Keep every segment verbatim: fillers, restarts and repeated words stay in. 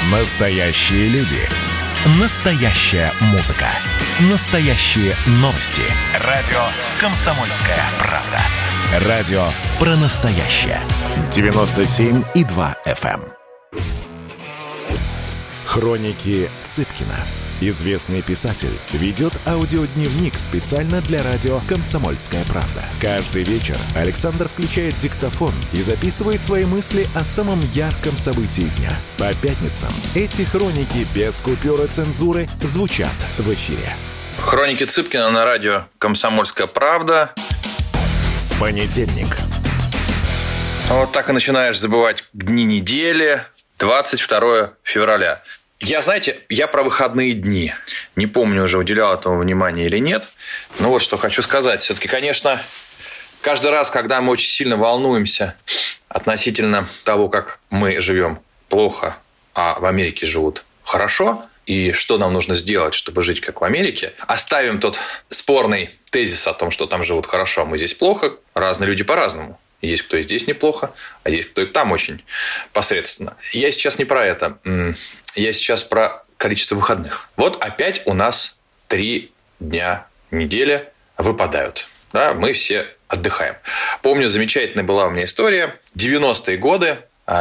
Настоящие люди. Настоящая музыка. Настоящие новости. Радио «Комсомольская правда». Радио про настоящее. девяносто семь и два эф эм. Хроники Цыпкина. Известный писатель ведет аудиодневник специально для радио «Комсомольская правда». Каждый вечер Александр включает диктофон и записывает свои мысли о самом ярком событии дня. По пятницам эти хроники без купюр и цензуры звучат в эфире. Хроники Цыпкина на радио «Комсомольская правда». Понедельник. Вот так и начинаешь забывать дни недели. двадцать второе февраля. Я, знаете, я про выходные дни. Не помню, уже уделял этому внимания или нет. Но вот что хочу сказать. Все-таки, конечно, каждый раз, когда мы очень сильно волнуемся относительно того, как мы живем плохо, а в Америке живут хорошо, и что нам нужно сделать, чтобы жить как в Америке, оставим тот спорный тезис о том, что там живут хорошо, а мы здесь плохо. Разные люди по-разному. Есть кто и здесь неплохо, а есть кто и там очень посредственно. Я сейчас не про это. Я сейчас про количество выходных. Вот опять у нас три дня недели выпадают. Да, мы все отдыхаем. Помню, замечательная была у меня история. девяностые годы.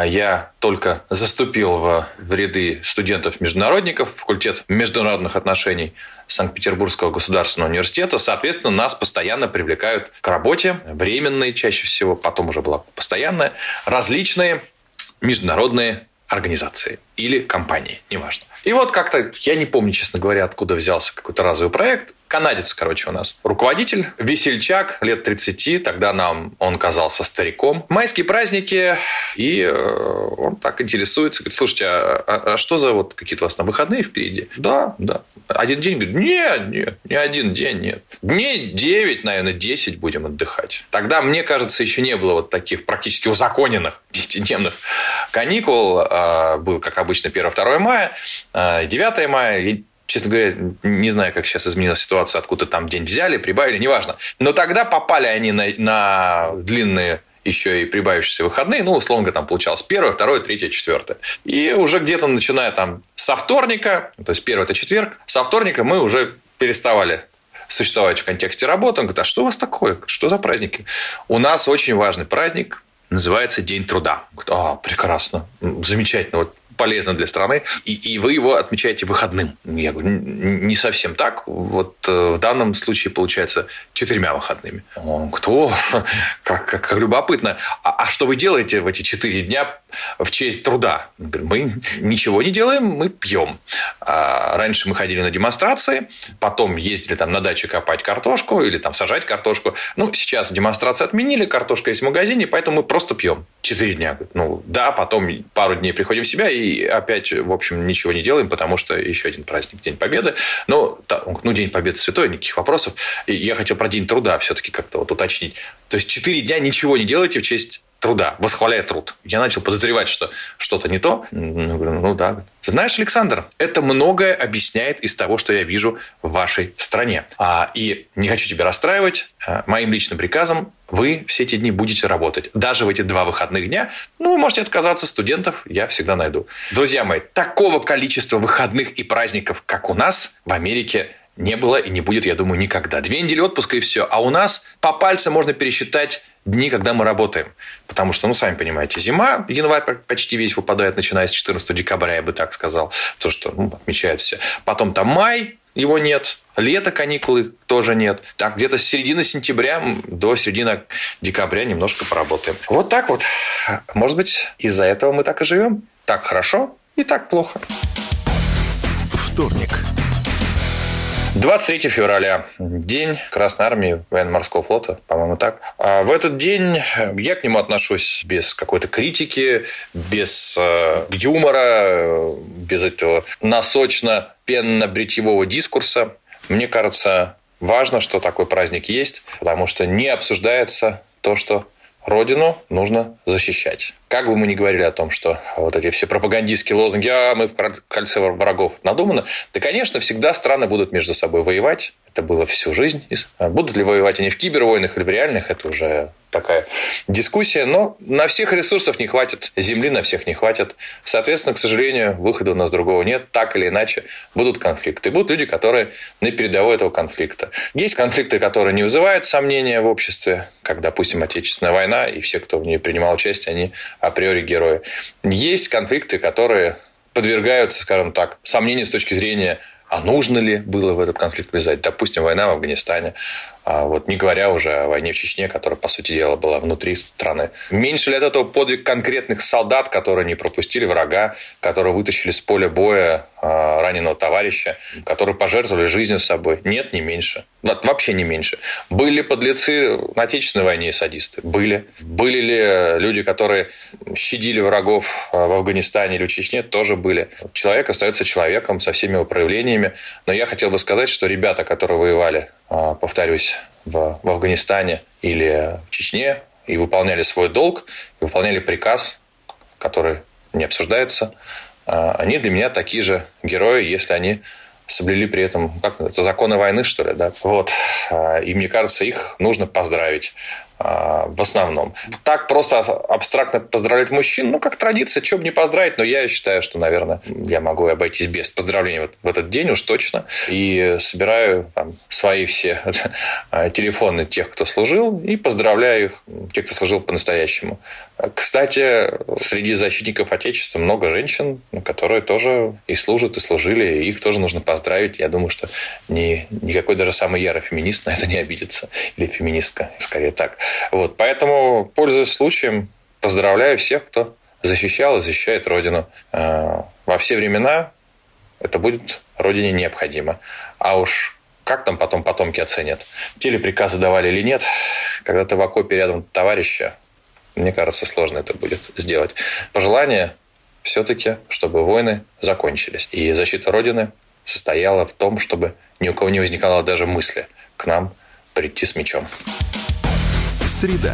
Я только заступил в, в ряды студентов-международников, факультет международных отношений Санкт-Петербургского государственного университета. Соответственно, нас постоянно привлекают к работе, временной чаще всего, потом уже была постоянная, различные международные организации или компании, неважно. И вот как-то, я не помню, честно говоря, откуда взялся какой-то разовый проект. Канадец, короче, у нас руководитель, весельчак, лет тридцати, тогда нам он казался стариком. Майские праздники, и он так интересуется, говорит: слушайте, а, а, а что за вот какие-то у вас на выходные впереди? Да, да. Один день, говорит: нет, нет, не один день, нет. Дней девять, наверное, десять будем отдыхать. Тогда, мне кажется, еще не было вот таких практически узаконенных десятидневных каникул. Был, как обычно, первое-второе мая, девятое мая. И, честно говоря, не знаю, как сейчас изменилась ситуация, откуда там день взяли, прибавили, неважно. Но тогда попали они на, на длинные еще и прибавившиеся выходные. Ну, условно говоря, там получалось первое, второе, третье, четвертое. И уже где-то начиная там со вторника, то есть первый – это четверг, со вторника мы уже переставали существовать в контексте работы. Он говорит: а что у вас такое? Что за праздники? У нас очень важный праздник, называется День труда. А, прекрасно, замечательно, вот полезно для страны, и, и вы его отмечаете выходным. Я говорю: не совсем так. Вот в данном случае получается четырьмя выходными. Он: кто? Как, как, как любопытно. А, а что вы делаете в эти четыре дня в честь труда? Мы ничего не делаем, мы пьем. А раньше мы ходили на демонстрации, потом ездили там на даче копать картошку или там сажать картошку. Ну, сейчас демонстрации отменили, картошка есть в магазине, поэтому мы просто пьем. Четыре дня. Ну, да, потом пару дней приходим в себя и опять, в общем, ничего не делаем, потому что еще один праздник – День Победы. Но, ну, День Победы святой, никаких вопросов. И я хотел про День труда все-таки как-то вот уточнить. То есть, четыре дня ничего не делаете в честь труда, восхваляя труд. Я начал подозревать, что что-то не то. Ну, говорю: ну да. Ты знаешь, Александр, это многое объясняет из того, что я вижу в вашей стране. А, и не хочу тебя расстраивать. А, моим личным приказом вы все эти дни будете работать. Даже в эти два выходных дня, ну, вы можете отказаться, студентов я всегда найду. Друзья мои, такого количества выходных и праздников, как у нас, в Америке не было и не будет, я думаю, никогда. Две недели отпуска и все. А у нас по пальцам можно пересчитать дни, когда мы работаем. Потому что, ну, сами понимаете, зима, январь почти весь выпадает, начиная с четырнадцатого декабря, я бы так сказал. То, что, ну, отмечают все. Потом там май, его нет. Лето, каникулы тоже нет. Так, где-то с середины сентября до середины декабря немножко поработаем. Вот так вот. Может быть, из-за этого мы так и живем. Так хорошо и так плохо. Вторник. двадцать третьего февраля. День Красной Армии, Военно-Морского флота, по-моему, так. А в этот день я к нему отношусь без какой-то критики, без э, юмора, без этого насочно-пенно-бритьевого дискурса. Мне кажется, важно, что такой праздник есть, потому что не обсуждается то, что Родину нужно защищать. Как бы мы ни говорили о том, что вот эти все пропагандистские лозунги: а мы в кольце врагов, надумано, да, конечно, всегда страны будут между собой воевать. это было всю жизнь. Будут ли воевать они в кибервойнах или в реальных, это уже такая дискуссия. Но на всех ресурсов не хватит, земли на всех не хватит. Соответственно, к сожалению, выхода у нас другого нет. Так или иначе будут конфликты. Будут люди, которые на передовой этого конфликта. Есть конфликты, которые не вызывают сомнения в обществе, как, допустим, Отечественная война, и все, кто в ней принимал участие, они априори герои. Есть конфликты, которые подвергаются, скажем так, сомнению с точки зрения, а нужно ли было в этот конфликт влезать. Допустим, война в Афганистане. Вот, не говоря уже о войне в Чечне, которая, по сути дела, была внутри страны. Меньше ли от этого подвиг конкретных солдат, которые не пропустили врага, которые вытащили с поля боя раненого товарища, которые пожертвовали жизнью собой? Нет, не меньше. Вообще не меньше. Были ли подлецы на Отечественной войне и садисты? Были. Были ли люди, которые щадили врагов в Афганистане или в Чечне? Тоже были. Человек остается человеком со всеми его проявлениями. Но я хотел бы сказать, что ребята, которые воевали, повторюсь, в, в Афганистане или в Чечне и выполняли свой долг, и выполняли приказ, который не обсуждается, они для меня такие же герои, если они соблюли при этом, как называется, законы войны, что ли, да? Вот. И мне кажется, их нужно поздравить в основном. Так просто абстрактно поздравлять мужчин, ну, как традиция, что бы не поздравить, но я считаю, что, наверное, я могу обойтись без поздравлений в этот день уж точно. И собираю там свои все телефоны тех, кто служил, и поздравляю их, тех, кто служил по-настоящему. Кстати, среди защитников Отечества много женщин, которые тоже и служат, и служили, и их тоже нужно поздравить. Я думаю, что ни, никакой даже самый ярый феминист на это не обидится. Или феминистка, скорее так. Вот, поэтому, пользуясь случаем, поздравляю всех, кто защищал и защищает Родину. Во все времена это будет Родине необходимо. А уж как там потом потомки оценят, те ли приказы давали или нет, когда ты в окопе рядом товарища, мне кажется, сложно это будет сделать. Пожелание все-таки, чтобы войны закончились. И защита Родины состояла в том, чтобы ни у кого не возникало даже мысли к нам прийти с мечом. Среда.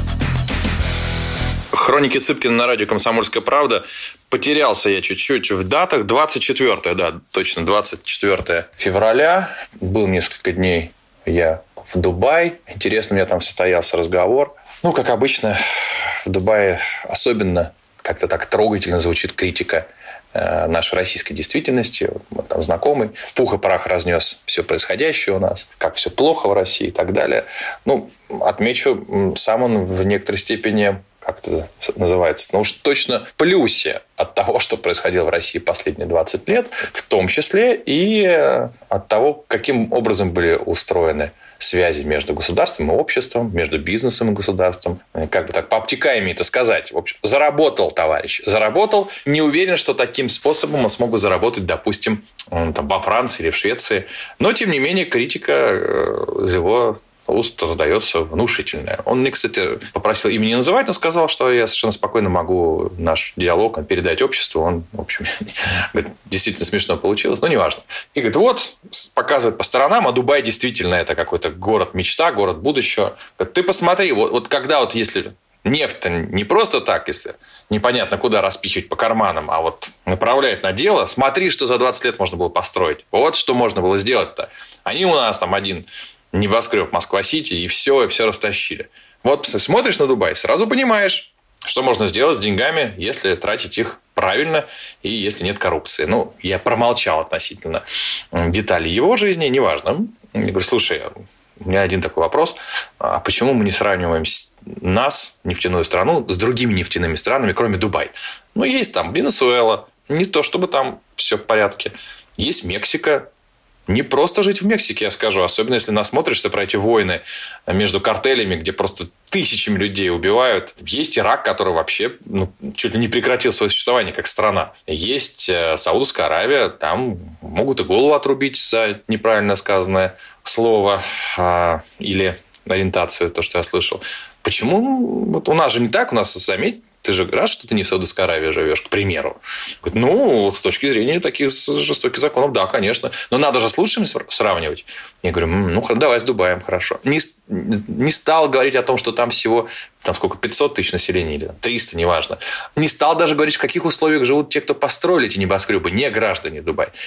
Хроники Цыпкина на радио «Комсомольская правда». Потерялся я чуть-чуть в датах. двадцать четвёртое, да, точно, двадцать четвёртое февраля. Был несколько дней я в Дубае. Интересно, у меня там состоялся разговор. Ну, как обычно, в Дубае особенно как-то так трогательно звучит критика нашей российской действительности. Вот там знакомый в пух и прах разнес все происходящее у нас, как все плохо в России и так далее. Ну, отмечу, сам он в некоторой степени, как это называется, ну уж точно в плюсе от того, что происходило в России последние двадцать лет, в том числе и от того, каким образом были устроены связи между государством и обществом, между бизнесом и государством. Как бы так пообтекаемее это сказать. В общем, заработал товарищ. Заработал. Не уверен, что таким способом он смог бы заработать, допустим, там, во Франции или в Швеции. Но, тем не менее, критика из его уст раздается внушительная. Он мне, кстати, попросил имя не называть, но сказал, что я совершенно спокойно могу наш диалог передать обществу. Он, в общем, говорит, действительно смешно получилось, но неважно. И говорит, вот, показывает по сторонам, а Дубай действительно это какой-то город-мечта, город будущего. Говорит, ты посмотри, вот, вот когда вот если нефть не просто так, если непонятно куда распихивать по карманам, а вот направляет на дело, смотри, что за двадцать лет можно было построить. Вот что можно было сделать-то. Они у нас там один небоскреб Москва-Сити, и все, и все растащили. Вот смотришь на Дубай, сразу понимаешь, что можно сделать с деньгами, если тратить их правильно и если нет коррупции. Ну, я промолчал относительно деталей его жизни, неважно. Я говорю, слушай, у меня один такой вопрос. А почему мы не сравниваем нас, нефтяную страну, с другими нефтяными странами, кроме Дубая? Ну, есть там Венесуэла. Не то, чтобы там все в порядке. Есть Мексика. Не просто жить в Мексике, я скажу. Особенно, если насмотришься про эти войны между картелями, где просто тысячами людей убивают. Есть Ирак, который вообще ну, чуть ли не прекратил свое существование как страна. Есть Саудовская Аравия. Там могут и голову отрубить за неправильно сказанное слово а, или ориентацию, то, что я слышал. Почему? Вот у нас же не так. У нас, заметь, ты же рад, что ты не в Саудовской Аравии живешь, к примеру. Говорит, ну, с точки зрения таких жестоких законов, да, конечно. Но надо же с лучшими сравнивать. Я говорю, ну, давай с Дубаем, хорошо. Не, не стал говорить о том, что там всего, там сколько, пятьсот тысяч населения или триста, неважно. Не стал даже говорить, в каких условиях живут те, кто построили эти небоскребы, не граждане Дубая.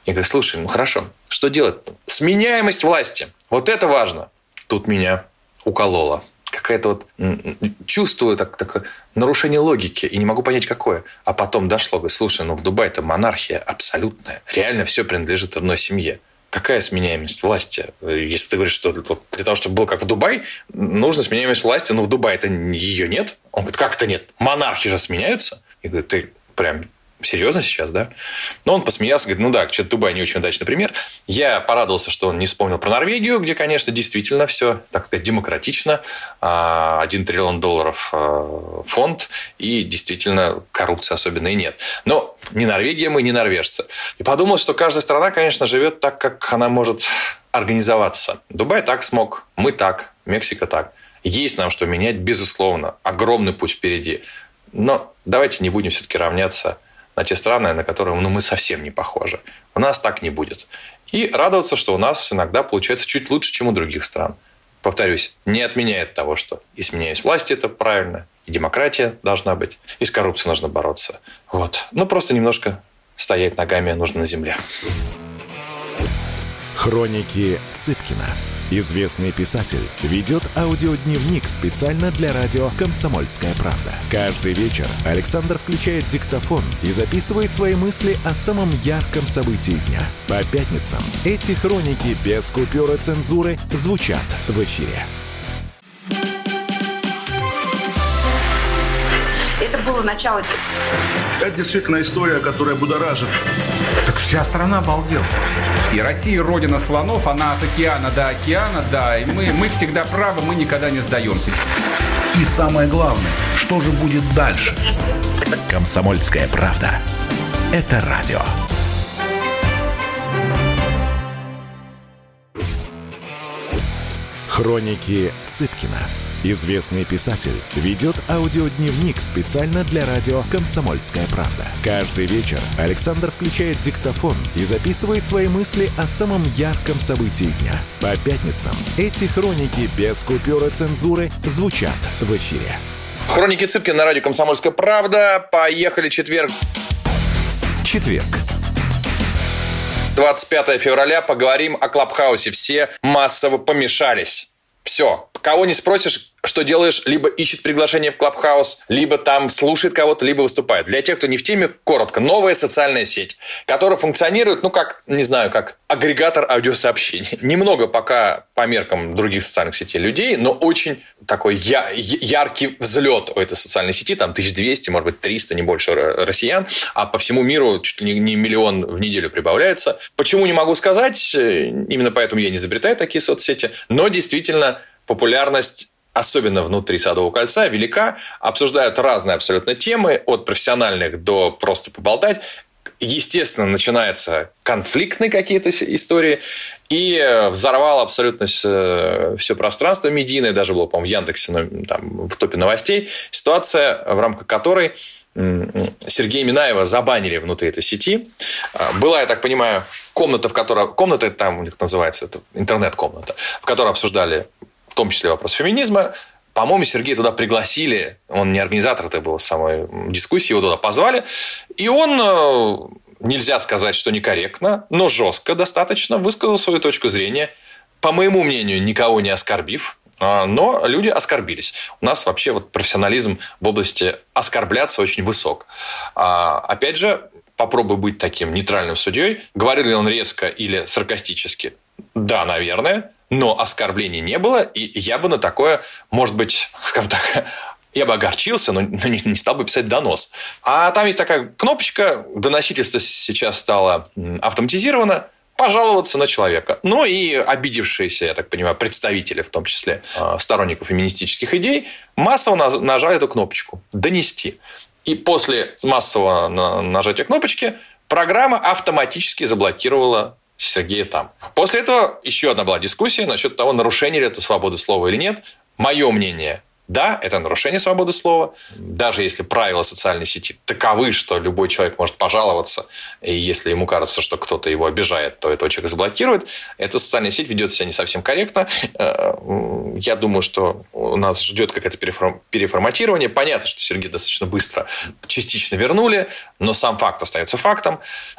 Я говорю, слушай, ну хорошо, что делать? Сменяемость власти. Вот это важно. Тут меня укололо. Какое-то вот чувствую так, так, нарушение логики и не могу понять, какое. А потом дошло, говорю, слушай, ну в Дубае-то монархия абсолютная. Реально все принадлежит одной семье. Какая сменяемость власти? Если ты говоришь, что для того, чтобы было как в Дубае, нужна сменяемость власти, но в Дубае-то ее нет. Он говорит, как это нет? Монархи же сменяются. Я говорю, ты прям... Серьезно сейчас, да? Но он посмеялся, говорит, ну да, что-то Дубай не очень удачный пример. Я порадовался, что он не вспомнил про Норвегию, где, конечно, действительно все, так сказать, демократично. Один триллион долларов фонд, и действительно коррупции особенной нет. Но ни Норвегия мы, ни норвежцы. И подумал, что каждая страна, конечно, живет так, как она может организоваться. Дубай так смог, мы так, Мексика так. Есть нам что менять, безусловно. Огромный путь впереди. Но давайте не будем все-таки равняться на те страны, на которые ну, мы совсем не похожи. У нас так не будет. И радоваться, что у нас иногда получается чуть лучше, чем у других стран. Повторюсь, не отменяет того, что и сменяясь власти, это правильно, и демократия должна быть, и с коррупцией нужно бороться. Вот. Ну, просто немножко стоять ногами нужно на земле. Хроники Цыпкина. Известный писатель ведет аудиодневник специально для радио «Комсомольская правда». Каждый вечер Александр включает диктофон и записывает свои мысли о самом ярком событии дня. По пятницам эти хроники без купюр и цензуры звучат в эфире. Это было начало. Это действительно история, которая будоражит. Так вся страна обалдела. И Россия родина слонов, она от океана до океана, да, и мы, мы всегда правы, мы никогда не сдаемся. И самое главное, что же будет дальше? «Комсомольская правда». Это радио. Хроники Цыпкина. Известный писатель ведет аудиодневник специально для радио «Комсомольская правда». Каждый вечер Александр включает диктофон и записывает свои мысли о самом ярком событии дня. По пятницам эти хроники без купюр и цензуры звучат в эфире. Хроники Цыпкина на радио «Комсомольская правда». Поехали, четверг. Четверг. двадцать пятое февраля. Поговорим о Клабхаусе. Все массово помешались. Все. Кого не спросишь, что делаешь, либо ищет приглашение в Клабхаус, либо там слушает кого-то, либо выступает. Для тех, кто не в теме, коротко. Новая социальная сеть, которая функционирует, ну, как, не знаю, как агрегатор аудиосообщений. Немного пока по меркам других социальных сетей людей, но очень такой я- яркий взлет у этой социальной сети. Там тысяча двести, может быть, триста, не больше россиян. А по всему миру чуть ли не миллион в неделю прибавляется. Почему, не могу сказать. Именно поэтому я не изобретаю такие соцсети. Но действительно популярность, особенно внутри Садового кольца, велика. Обсуждают разные абсолютно темы, от профессиональных до просто поболтать. Естественно, начинаются конфликтные какие-то истории. И взорвало абсолютно все пространство медийное. Даже было, по-моему, в Яндексе, там, в топе новостей. Ситуация, в рамках которой Сергея Минаева забанили внутри этой сети. Была, я так понимаю, комната, в которой... Комната, это там у них называется, это интернет-комната, в которой обсуждали в том числе вопрос феминизма. По-моему, Сергея туда пригласили. Он не организатор этой был самой дискуссии. Его туда позвали. И он, нельзя сказать, что некорректно, но жестко достаточно высказал свою точку зрения. По моему мнению, никого не оскорбив. Но люди оскорбились. У нас вообще вот профессионализм в области оскорбляться очень высок. Опять же, попробуй быть таким нейтральным судьей. Говорил ли он резко или саркастически? Да, наверное. Но оскорблений не было, и я бы на такое, может быть, скажем так, я бы огорчился, но не, не стал бы писать донос. А там есть такая кнопочка, доносительство сейчас стало автоматизировано, пожаловаться на человека. Ну и обидевшиеся, я так понимаю, представители, в том числе сторонников феминистических идей, массово нажали эту кнопочку «Донести». И после массового нажатия кнопочки программа автоматически заблокировала Сергея там. После этого еще одна была дискуссия насчет того, нарушение ли это свободы слова или нет. Мое мнение, Да, это нарушение свободы слова. Даже если правила социальной сети таковы, что любой человек может пожаловаться, и если ему кажется, что кто-то его обижает, то этого человека заблокируют. Эта социальная сеть ведет себя не совсем корректно. Я думаю, что у нас ждет какое-то переформатирование. Понятно, что Сергея достаточно быстро частично вернули, но сам факт остается фактом.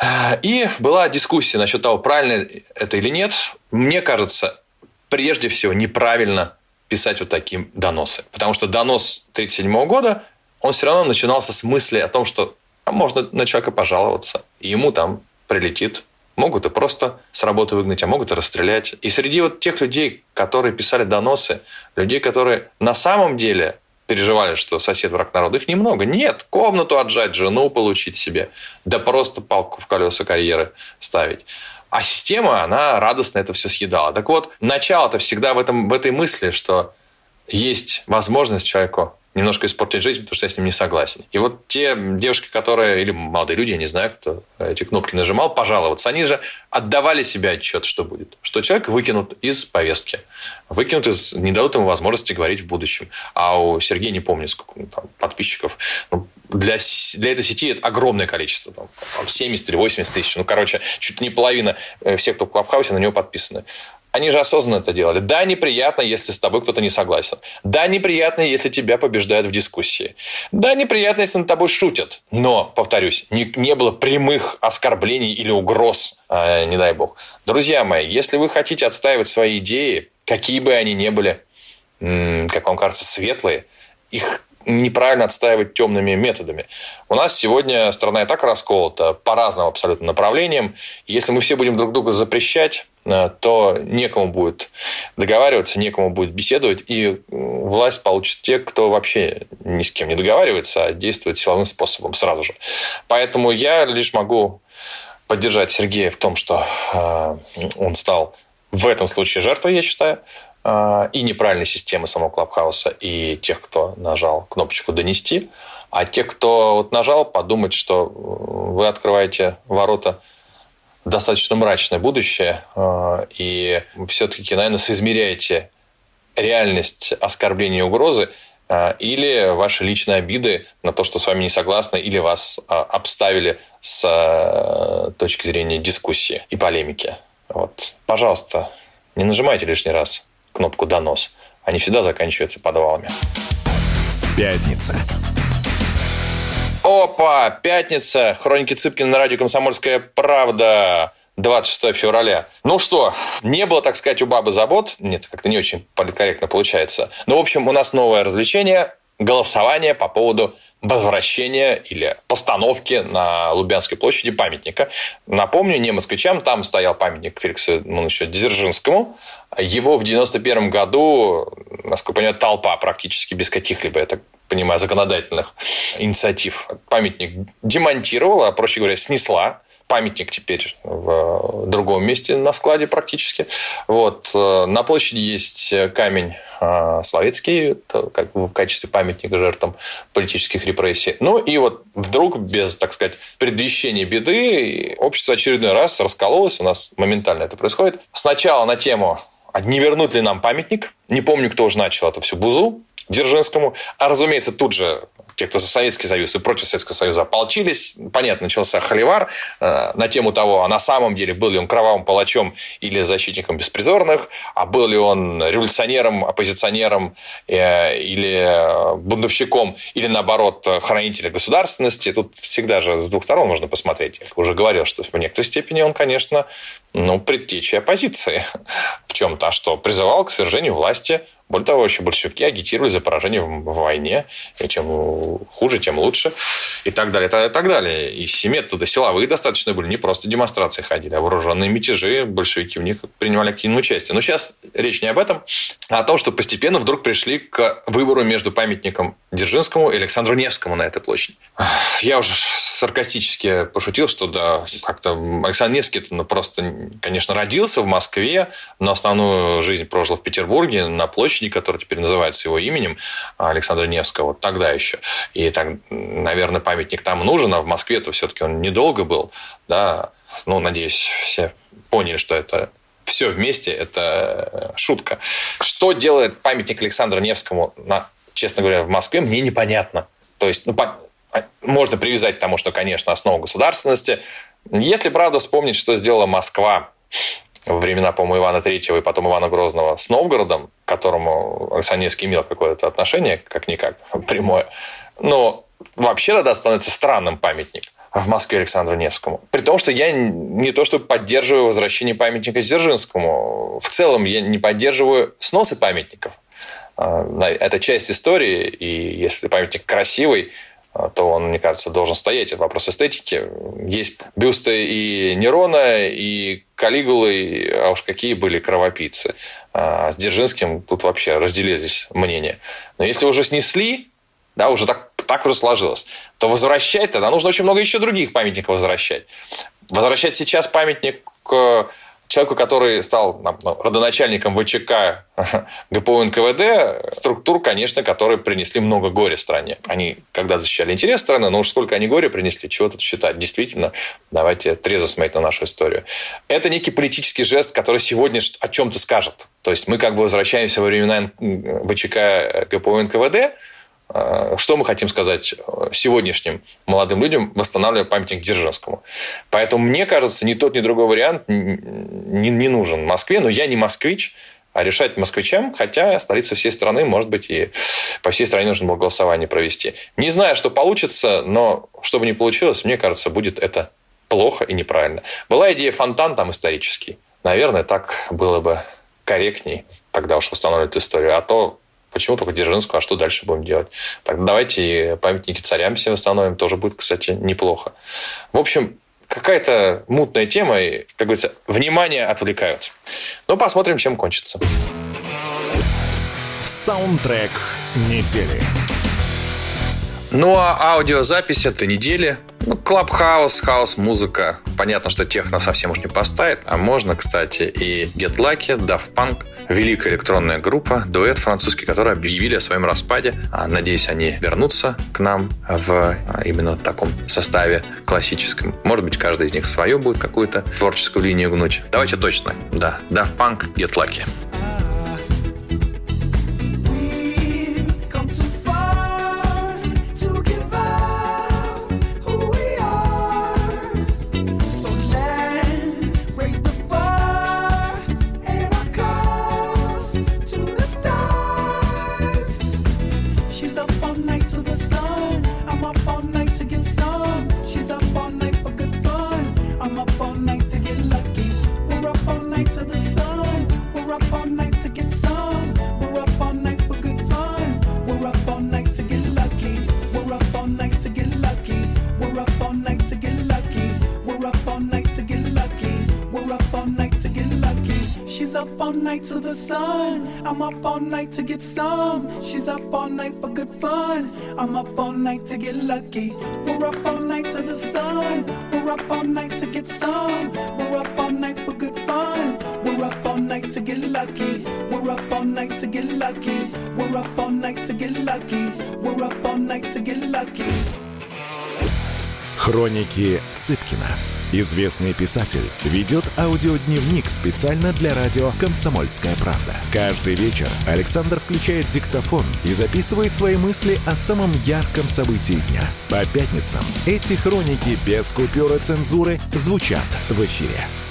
И была дискуссия насчет того, правильно это или нет. Мне кажется, прежде всего, неправильно писать вот такие доносы. Потому что донос тридцать седьмого года, он все равно начинался с мысли о том, что а можно на человека пожаловаться, и ему там прилетит. Могут и просто с работы выгнать, а могут и расстрелять. И среди вот тех людей, которые писали доносы, людей, которые на самом деле переживали, что сосед враг народа, их немного. Нет, комнату отжать, жену получить себе, да просто палку в колеса карьеры ставить. А система, она радостно это все съедала. Так вот, начало-то всегда в, этом, в этой мысли, что есть возможность человеку немножко испортить жизнь, потому что я с ним не согласен. И вот те девушки, которые, или молодые люди, я не знаю, кто эти кнопки нажимал, пожаловаться, они же отдавали себе отчет, что будет. Что человек выкинут из повестки, выкинут из... не дадут ему возможности говорить в будущем. А у Сергея, не помню, сколько там, подписчиков, ну, для, для этой сети это огромное количество. Там, семьдесят или восемьдесят тысяч. Ну, короче, чуть ли не половина всех, кто в Клабхаусе, на него подписаны. Они же осознанно это делали. Да, неприятно, если с тобой кто-то не согласен. Да, неприятно, если тебя побеждают в дискуссии. Да, неприятно, если над тобой шутят. Но, повторюсь, не, не было прямых оскорблений или угроз, э, не дай бог. Друзья мои, если вы хотите отстаивать свои идеи, какие бы они ни были, м- как вам кажется, светлые, их неправильно отстаивать темными методами. У нас сегодня страна и так расколота по разным абсолютно направлениям. Если мы все будем друг друга запрещать, то некому будет договариваться, некому будет беседовать, и власть получат те, кто вообще ни с кем не договаривается, а действует силовым способом сразу же. Поэтому я лишь могу поддержать Сергея в том, что он стал в этом случае жертвой, я считаю, и неправильной системы самого Клабхауса, и тех, кто нажал кнопочку «Донести», а тех, кто вот нажал, подумать, что вы открываете ворота в достаточно мрачное будущее, и все-таки, наверное, соизмеряете реальность оскорбления и угрозы или ваши личные обиды на то, что с вами не согласны, или вас обставили с точки зрения дискуссии и полемики. Вот. Пожалуйста, не нажимайте лишний раз кнопку «Донос». Они всегда заканчиваются подвалами. Пятница. Опа! Пятница. Хроники Цыпкина на радио «Комсомольская правда». двадцать шестого февраля. Ну что, не было, так сказать, у бабы забот. Нет, как-то не очень политкорректно получается. Но, в общем, у нас новое развлечение. Голосование по поводу возвращения или постановки на Лубянской площади памятника. Напомню, не москвичам, там стоял памятник Феликсу ну, еще Дзержинскому. Его в девяносто первом году, насколько я понимаю, толпа практически без каких-либо, я так понимаю, законодательных инициатив памятник демонтировала, а, проще говоря, снесла. Памятник теперь в другом месте на складе практически. Вот. На площади есть камень Словецкий как в качестве памятника жертвам политических репрессий. Ну и вот вдруг, без, так сказать, предвещения беды, общество очередной раз раскололось. У нас моментально это происходит. Сначала на тему «А не вернут ли нам памятник?». Не помню, кто уже начал эту всю бузу Дзержинскому. А, разумеется, тут же те, кто за Советский Союз и против Советского Союза ополчились. Понятно, начался холивар э, на тему того, а на самом деле был ли он кровавым палачом или защитником беспризорных, а был ли он революционером, оппозиционером э, или бунтовщиком, или, наоборот, хранителем государственности. Тут всегда же с двух сторон можно посмотреть. Я уже говорил, что в некоторой степени он, конечно, ну, предтеча оппозиции в чем-то, а что призывал к свержению власти. Более того, еще большевики агитировали за поражение в войне. И чем хуже, тем лучше. И так далее, и так далее. И семьи оттуда силовые достаточно были. Не просто демонстрации ходили, а вооруженные мятежи. Большевики в них принимали активное участие. Но сейчас речь не об этом, а о том, что постепенно вдруг пришли к выбору между памятником Дзержинскому и Александру Невскому на этой площади. Я уже саркастически пошутил, что да, как-то Александр Невский ну, просто, конечно, родился в Москве, но основную жизнь прожил в Петербурге на площади, который теперь называется его именем, Александра Невского, вот тогда еще. И, так, наверное, памятник там нужен, а в Москве-то все-таки он недолго был. Да? Ну, надеюсь, все поняли, что это все вместе – это шутка. Что делает памятник Александру Невскому на честно говоря, в Москве мне непонятно. То есть, ну, по... можно привязать к тому, что, конечно, основа государственности. Если, правда, вспомнить, что сделала Москва во времена, по-моему, Ивана Третьего и потом Ивана Грозного с Новгородом, к которому Александр Невский имел какое-то отношение, как-никак, прямое, но вообще тогда становится странным памятник в Москве Александру Невскому. При том, что я не то чтобы поддерживаю возвращение памятника Дзержинскому. В целом я не поддерживаю сносы памятников. Это часть истории, и если памятник красивый, то он, мне кажется, должен стоять. Это вопрос эстетики. Есть бюсты и Нерона, и Калигулы, а уж какие были кровопийцы. А с Дзержинским тут вообще разделились мнения. Но если уже снесли, да, уже так, так уже сложилось, то возвращать тогда нужно очень много еще других памятников возвращать. Возвращать сейчас памятник человеку, который стал ну, родоначальником ВЧК, ГПУ, эн ка вэ дэ, структур, конечно, которые принесли много горя стране. Они когда защищали интерес страны, но уж сколько они горя принесли, чего тут считать. Действительно, давайте трезво смотреть на нашу историю. Это некий политический жест, который сегодня о чем-то скажет. То есть мы как бы возвращаемся во времена ВЧК, ГПУ, эн ка вэ дэ. Что мы хотим сказать сегодняшним молодым людям, восстанавливая памятник Дзержинскому. Поэтому, мне кажется, ни тот, ни другой вариант не, не нужен Москве. Но я не москвич, а решать москвичам, хотя столица всей страны, может быть, и по всей стране нужно было голосование провести. Не знаю, что получится, но что бы ни получилось, мне кажется, будет это плохо и неправильно. Была идея фонтан там исторический. Наверное, так было бы корректней тогда уж восстанавливать эту историю. А то почему только Дзержинского, а что дальше будем делать? Так, давайте памятники царям все восстановим. Тоже будет, кстати, неплохо. В общем, какая-то мутная тема. И, как говорится, внимание отвлекают. Но посмотрим, чем кончится. Саундтрек недели. Ну, а аудиозапись этой недели... Ну, клабхаус, хаус-музыка. Понятно, что техно совсем уж не поставит. А можно, кстати, и Get Lucky, Daft Punk. Великая электронная группа, дуэт французский, который объявили о своем распаде. Надеюсь, они вернутся к нам в именно таком составе классическом. Может быть, каждый из них свою будет какую-то творческую линию гнуть. Давайте точно. Да, Daft Punk, Get Lucky. To the sun, I'm up all night to get some. She's up all night for good fun. I'm up all night to get lucky. We're up all night to the sun. We're up all night to get some. We're up all night for good fun. We're up all night to get lucky. We're up all night to get lucky. We're up all night to get lucky. We're up all night to get lucky. Хроники Цыпкина. Известный писатель ведет аудиодневник специально для радио «Комсомольская правда». Каждый вечер Александр включает диктофон и записывает свои мысли о самом ярком событии дня. По пятницам эти хроники без купюр и цензуры звучат в эфире.